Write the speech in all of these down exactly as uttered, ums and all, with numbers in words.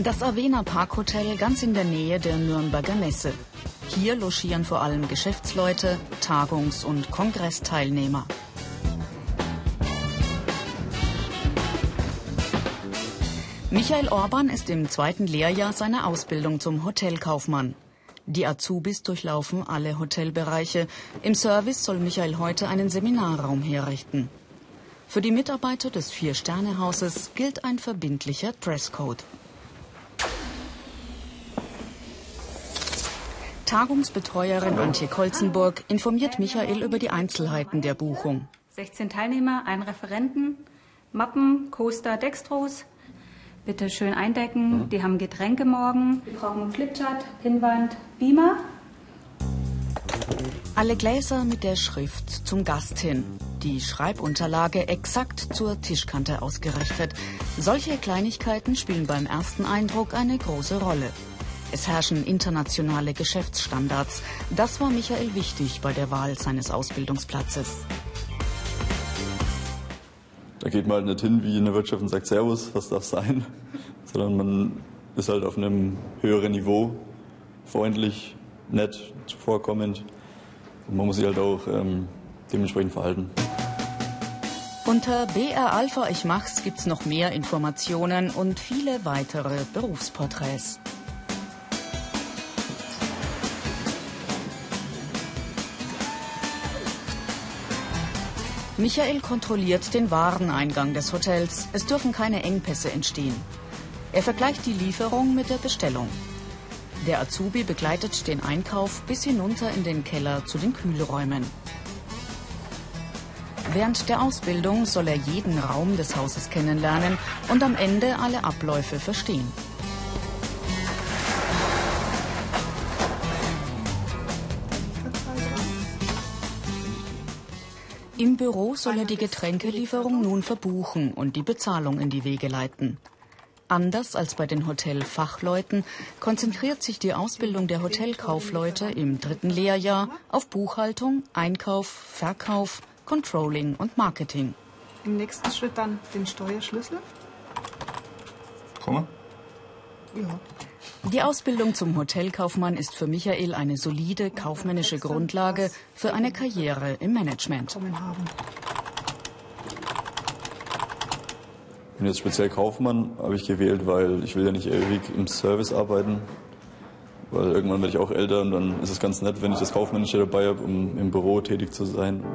Das Avena Parkhotel ganz in der Nähe der Nürnberger Messe. Hier logieren vor allem Geschäftsleute, Tagungs- und Kongressteilnehmer. Michael Orban ist im zweiten Lehrjahr seiner Ausbildung zum Hotelkaufmann. Die Azubis durchlaufen alle Hotelbereiche. Im Service soll Michael heute einen Seminarraum herrichten. Für die Mitarbeiter des Vier-Sterne-Hauses gilt ein verbindlicher Dresscode. Tagungsbetreuerin Antje Kolzenburg informiert Michael über die Einzelheiten der Buchung. sechzehn Teilnehmer, einen Referenten, Mappen, Coaster, Dextros. Bitte schön eindecken. Die haben Getränke morgen. Wir brauchen Flipchart, Pinnwand, Beamer. Alle Gläser mit der Schrift zum Gast hin. Die Schreibunterlage exakt zur Tischkante ausgerichtet. Solche Kleinigkeiten spielen beim ersten Eindruck eine große Rolle. Es herrschen internationale Geschäftsstandards. Das war Michael wichtig bei der Wahl seines Ausbildungsplatzes. Da geht man halt nicht hin wie in der Wirtschaft und sagt Servus, was darf sein, sondern man ist halt auf einem höheren Niveau, freundlich, nett, zuvorkommend. Und man muss sich halt auch ähm, dementsprechend verhalten. Unter B R Alpha Ich Mach's gibt's noch mehr Informationen und viele weitere Berufsporträts. Michael kontrolliert den Wareneingang des Hotels. Es dürfen keine Engpässe entstehen. Er vergleicht die Lieferung mit der Bestellung. Der Azubi begleitet den Einkauf bis hinunter in den Keller zu den Kühlräumen. Während der Ausbildung soll er jeden Raum des Hauses kennenlernen und am Ende alle Abläufe verstehen. Im Büro soll er die Getränkelieferung nun verbuchen und die Bezahlung in die Wege leiten. Anders als bei den Hotelfachleuten konzentriert sich die Ausbildung der Hotelkaufleute im dritten Lehrjahr auf Buchhaltung, Einkauf, Verkauf, Controlling und Marketing. Im nächsten Schritt dann den Steuerschlüssel. Komm. Ja. Die Ausbildung zum Hotelkaufmann ist für Michael eine solide kaufmännische Grundlage für eine Karriere im Management. Ich bin jetzt speziell Kaufmann, habe ich gewählt, weil ich will ja nicht ewig im Service arbeiten. Weil irgendwann werde ich auch älter und dann ist es ganz nett, wenn ich das Kaufmännische dabei habe, um im Büro tätig zu sein.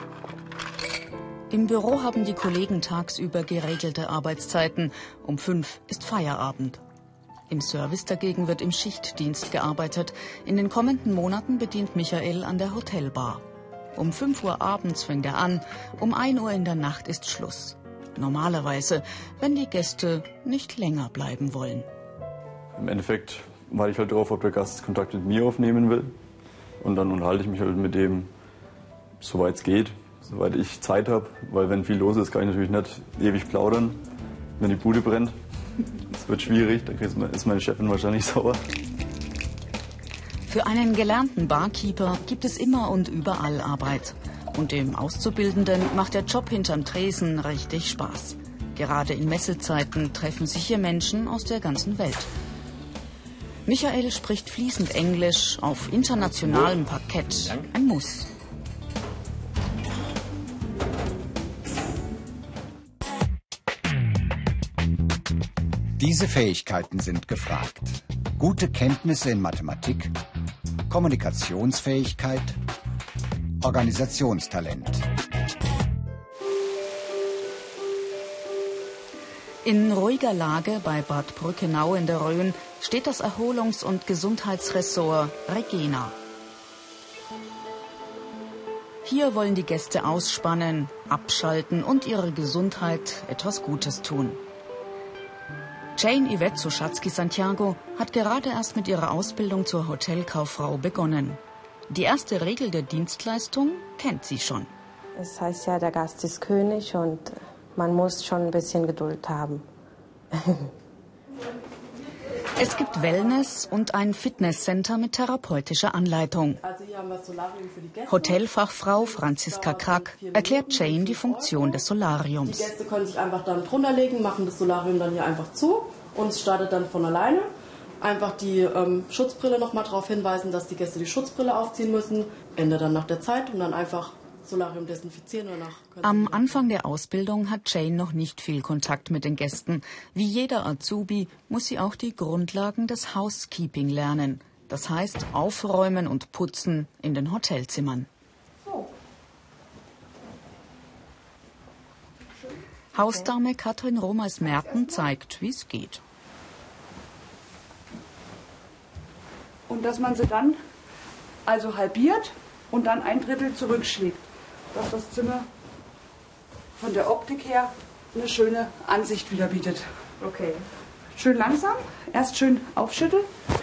Im Büro haben die Kollegen tagsüber geregelte Arbeitszeiten. Um fünf ist Feierabend. Im Service dagegen wird im Schichtdienst gearbeitet. In den kommenden Monaten bedient Michael an der Hotelbar. Um fünf Uhr abends fängt er an, um ein Uhr in der Nacht ist Schluss. Normalerweise, wenn die Gäste nicht länger bleiben wollen. Im Endeffekt warte ich halt darauf, ob der Gast Kontakt mit mir aufnehmen will. Und dann unterhalte ich mich halt mit dem, soweit es geht, soweit ich Zeit habe. Weil wenn viel los ist, kann ich natürlich nicht ewig plaudern, wenn die Bude brennt. Das wird schwierig, da ist meine Chefin wahrscheinlich sauer. Für einen gelernten Barkeeper gibt es immer und überall Arbeit. Und dem Auszubildenden macht der Job hinterm Tresen richtig Spaß. Gerade in Messezeiten treffen sich hier Menschen aus der ganzen Welt. Michael spricht fließend Englisch auf internationalem Parkett. Ein Muss. Diese Fähigkeiten sind gefragt. Gute Kenntnisse in Mathematik, Kommunikationsfähigkeit, Organisationstalent. In ruhiger Lage bei Bad Brückenau in der Rhön steht das Erholungs- und Gesundheitsressort Regena. Hier wollen die Gäste ausspannen, abschalten und ihrer Gesundheit etwas Gutes tun. Jane Yvette Suschatzky-Santiago hat gerade erst mit ihrer Ausbildung zur Hotelkauffrau begonnen. Die erste Regel der Dienstleistung kennt sie schon. Es heißt ja, der Gast ist König und man muss schon ein bisschen Geduld haben. Es gibt Wellness und ein Fitnesscenter mit therapeutischer Anleitung. Hotelfachfrau Franziska Krack erklärt Jane die Funktion des Solariums. Die Gäste können sich einfach dann drunter legen, machen das Solarium dann hier einfach zu und es startet dann von alleine. Einfach die ähm, Schutzbrille nochmal darauf hinweisen, dass die Gäste die Schutzbrille aufziehen müssen. Ende dann nach der Zeit und dann einfach Solarium desinfizieren. Danach Am Anfang der Ausbildung hat Jane noch nicht viel Kontakt mit den Gästen. Wie jeder Azubi muss sie auch die Grundlagen des Housekeeping lernen. Das heißt Aufräumen und Putzen in den Hotelzimmern. Hausdame Katrin Romeis-Merten zeigt, wie es geht. Und dass man sie dann also halbiert und dann ein Drittel zurückschlägt, dass das Zimmer von der Optik her eine schöne Ansicht wieder bietet. Okay. Schön langsam, erst schön aufschütteln.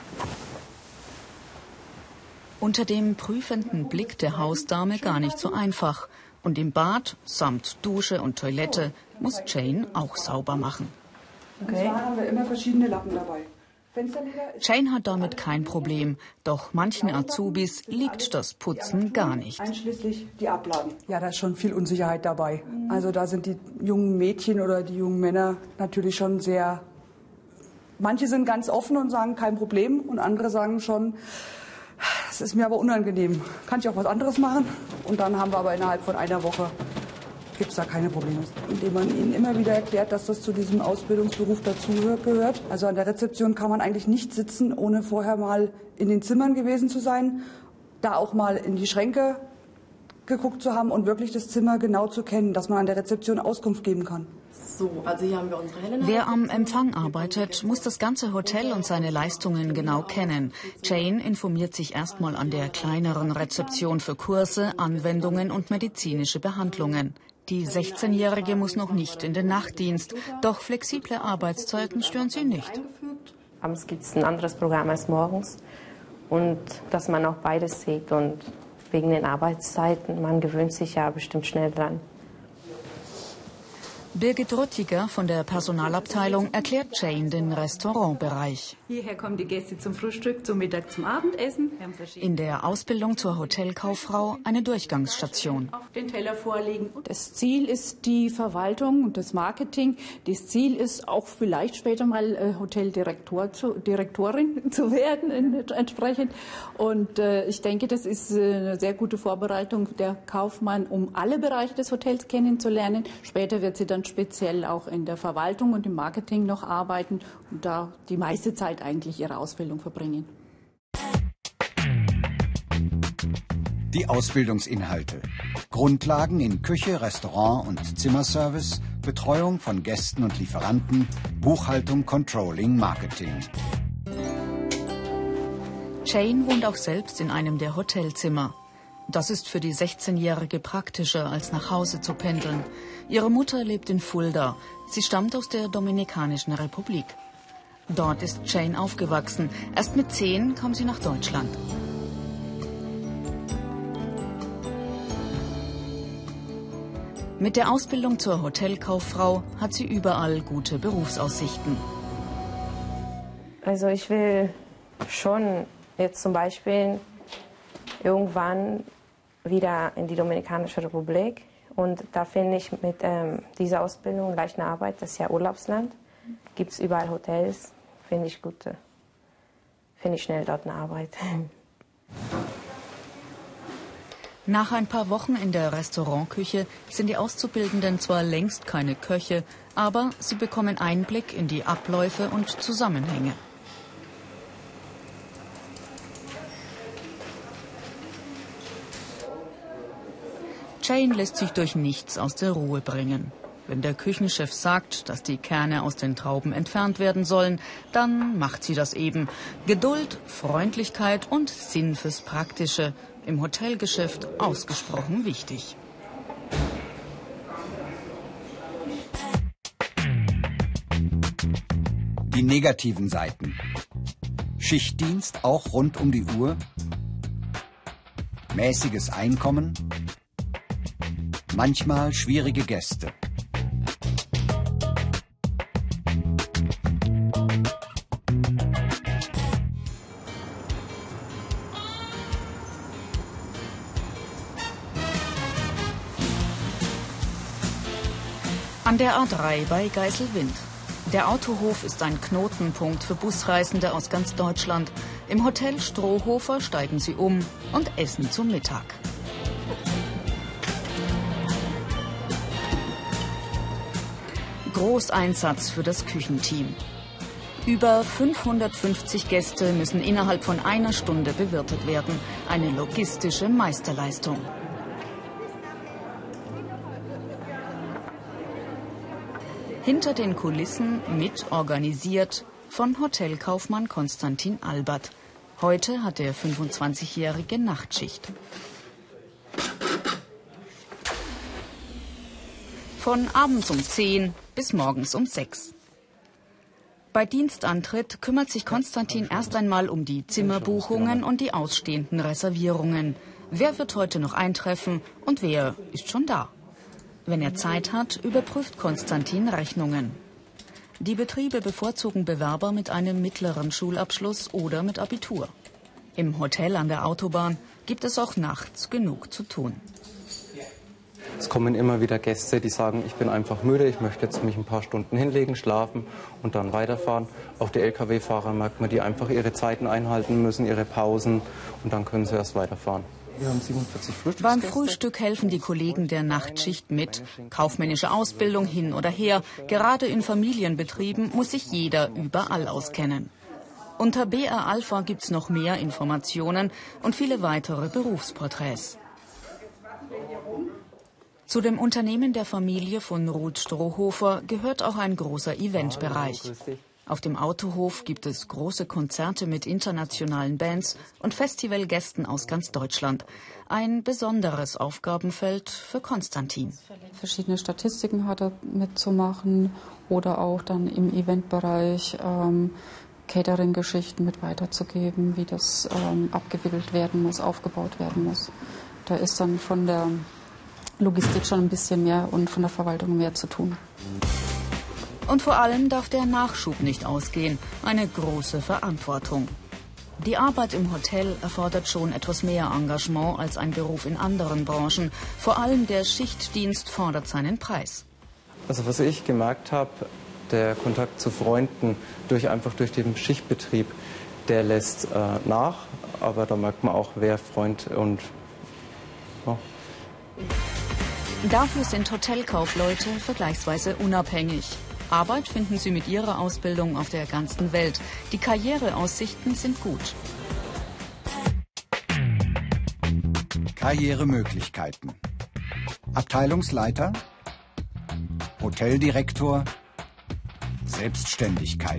Unter dem prüfenden Blick der Hausdame gar nicht so einfach. Und im Bad, samt Dusche und Toilette, muss Jane auch sauber machen. Okay. Und zwar haben wir immer verschiedene Lappen dabei. Jane hat damit kein Problem, doch manchen Azubis liegt das Putzen gar nicht. Einschließlich die Ablagen. Ja, da ist schon viel Unsicherheit dabei. Also da sind die jungen Mädchen oder die jungen Männer natürlich schon sehr... Manche sind ganz offen und sagen, kein Problem. Und andere sagen schon, es ist mir aber unangenehm. Kann ich auch was anderes machen? Und dann haben wir aber innerhalb von einer Woche... gibt es da keine Probleme. Indem man ihnen immer wieder erklärt, dass das zu diesem Ausbildungsberuf dazu gehört. Also an der Rezeption kann man eigentlich nicht sitzen, ohne vorher mal in den Zimmern gewesen zu sein, da auch mal in die Schränke geguckt zu haben und wirklich das Zimmer genau zu kennen, dass man an der Rezeption Auskunft geben kann. So, also hier haben wir unsere Helena. Wer am Empfang arbeitet, muss das ganze Hotel und seine Leistungen genau kennen. Jane informiert sich erstmal an der kleineren Rezeption für Kurse, Anwendungen und medizinische Behandlungen. Die sechzehnjährige muss noch nicht in den Nachtdienst, doch flexible Arbeitszeiten stören sie nicht. Abends gibt es ein anderes Programm als morgens und dass man auch beides sieht und wegen den Arbeitszeiten, man gewöhnt sich ja bestimmt schnell dran. Birgit Rüttiger von der Personalabteilung erklärt Jane den Restaurantbereich. Hierher kommen die Gäste zum Frühstück, zum Mittag, zum Abendessen. In der Ausbildung zur Hotelkauffrau eine Durchgangsstation. Auf den Teller vorlegen. Das Ziel ist die Verwaltung und das Marketing. Das Ziel ist auch vielleicht später mal äh, Hoteldirektor zu, Direktorin zu werden in, entsprechend. Und äh, ich denke, das ist äh, eine sehr gute Vorbereitung der Kaufmann, um alle Bereiche des Hotels kennenzulernen. Später wird sie dann speziell auch in der Verwaltung und im Marketing noch arbeiten und da die meiste Zeit eigentlich ihre Ausbildung verbringen. Die Ausbildungsinhalte. Grundlagen in Küche, Restaurant und Zimmerservice, Betreuung von Gästen und Lieferanten, Buchhaltung, Controlling, Marketing. Jane wohnt auch selbst in einem der Hotelzimmer. Das ist für die sechzehnjährige praktischer, als nach Hause zu pendeln. Ihre Mutter lebt in Fulda. Sie stammt aus der Dominikanischen Republik. Dort ist Jane aufgewachsen. Erst mit zehn kam sie nach Deutschland. Mit der Ausbildung zur Hotelkauffrau hat sie überall gute Berufsaussichten. Also ich will schon jetzt zum Beispiel irgendwann wieder in die Dominikanische Republik. Und da finde ich mit ähm, dieser Ausbildung leicht eine Arbeit, das ist ja Urlaubsland. Gibt es überall Hotels, finde ich gut. Finde ich schnell dort eine Arbeit. Nach ein paar Wochen in der Restaurantküche sind die Auszubildenden zwar längst keine Köche, aber sie bekommen Einblick in die Abläufe und Zusammenhänge. Jane lässt sich durch nichts aus der Ruhe bringen. Wenn der Küchenchef sagt, dass die Kerne aus den Trauben entfernt werden sollen, dann macht sie das eben. Geduld, Freundlichkeit und Sinn fürs Praktische. Im Hotelgeschäft ausgesprochen wichtig. Die negativen Seiten. Schichtdienst auch rund um die Uhr. Mäßiges Einkommen. Manchmal schwierige Gäste. An der A drei bei Geiselwind. Der Autohof ist ein Knotenpunkt für Busreisende aus ganz Deutschland. Im Hotel Strohhofer steigen sie um und essen zum Mittag. Großeinsatz für das Küchenteam. Über fünfhundertfünfzig Gäste müssen innerhalb von einer Stunde bewirtet werden. Eine logistische Meisterleistung. Hinter den Kulissen mit organisiert von Hotelkaufmann Konstantin Albert. Heute hat der fünfundzwanzigjährige Nachtschicht. Von abends um zehn bis morgens um sechs. Bei Dienstantritt kümmert sich Konstantin erst einmal um die Zimmerbuchungen und die ausstehenden Reservierungen. Wer wird heute noch eintreffen und wer ist schon da? Wenn er Zeit hat, überprüft Konstantin Rechnungen. Die Betriebe bevorzugen Bewerber mit einem mittleren Schulabschluss oder mit Abitur. Im Hotel an der Autobahn gibt es auch nachts genug zu tun. Es kommen immer wieder Gäste, die sagen, ich bin einfach müde, ich möchte jetzt mich ein paar Stunden hinlegen, schlafen und dann weiterfahren. Auch die L K W-Fahrer merkt man, die einfach ihre Zeiten einhalten müssen, ihre Pausen und dann können sie erst weiterfahren. Wir haben siebenundvierzig Frühstücksgäste. Beim Frühstück helfen die Kollegen der Nachtschicht mit. Kaufmännische Ausbildung hin oder her. Gerade in Familienbetrieben muss sich jeder überall auskennen. Unter B R Alpha gibt's noch mehr Informationen und viele weitere Berufsporträts. Zu dem Unternehmen der Familie von Ruth Strohhofer gehört auch ein großer Eventbereich. Auf dem Autohof gibt es große Konzerte mit internationalen Bands und Festivalgästen aus ganz Deutschland. Ein besonderes Aufgabenfeld für Konstantin. Verschiedene Statistiken hat er mitzumachen oder auch dann im Eventbereich ähm, Catering-Geschichten mit weiterzugeben, wie das ähm, abgewickelt werden muss, aufgebaut werden muss. Da ist dann von der Logistik schon ein bisschen mehr und von der Verwaltung mehr zu tun. Und vor allem darf der Nachschub nicht ausgehen. Eine große Verantwortung. Die Arbeit im Hotel erfordert schon etwas mehr Engagement als ein Beruf in anderen Branchen. Vor allem der Schichtdienst fordert seinen Preis. Also was ich gemerkt habe, der Kontakt zu Freunden durch einfach durch den Schichtbetrieb, der lässt äh, nach. Aber da merkt man auch, wer Freund und ja. Dafür sind Hotelkaufleute vergleichsweise unabhängig. Arbeit finden sie mit ihrer Ausbildung auf der ganzen Welt. Die Karriereaussichten sind gut. Karrieremöglichkeiten. Abteilungsleiter, Hoteldirektor, Selbstständigkeit.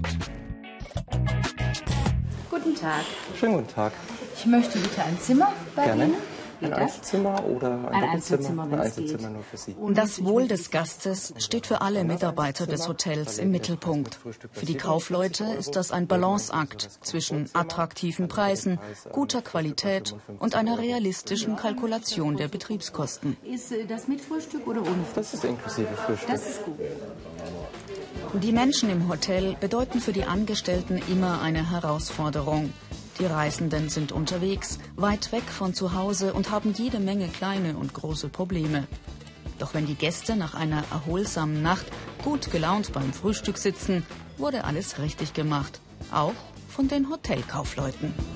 Guten Tag. Schönen guten Tag. Ich möchte bitte ein Zimmer bei Gerne. Ihnen. Ein Einzelzimmer oder ein, ein Doppelzimmer? Einzelzimmer, ein Einzelzimmer nur für Sie. Das Wohl des Gastes steht für alle Mitarbeiter des Hotels im Mittelpunkt. Für die Kaufleute ist das ein Balanceakt zwischen attraktiven Preisen, guter Qualität und einer realistischen Kalkulation der Betriebskosten. Ist das mit Frühstück oder ohne Frühstück? Das ist inklusive Frühstück. Das ist gut. Die Menschen im Hotel bedeuten für die Angestellten immer eine Herausforderung. Die Reisenden sind unterwegs, weit weg von zu Hause und haben jede Menge kleine und große Probleme. Doch wenn die Gäste nach einer erholsamen Nacht gut gelaunt beim Frühstück sitzen, wurde alles richtig gemacht. Auch von den Hotelkaufleuten.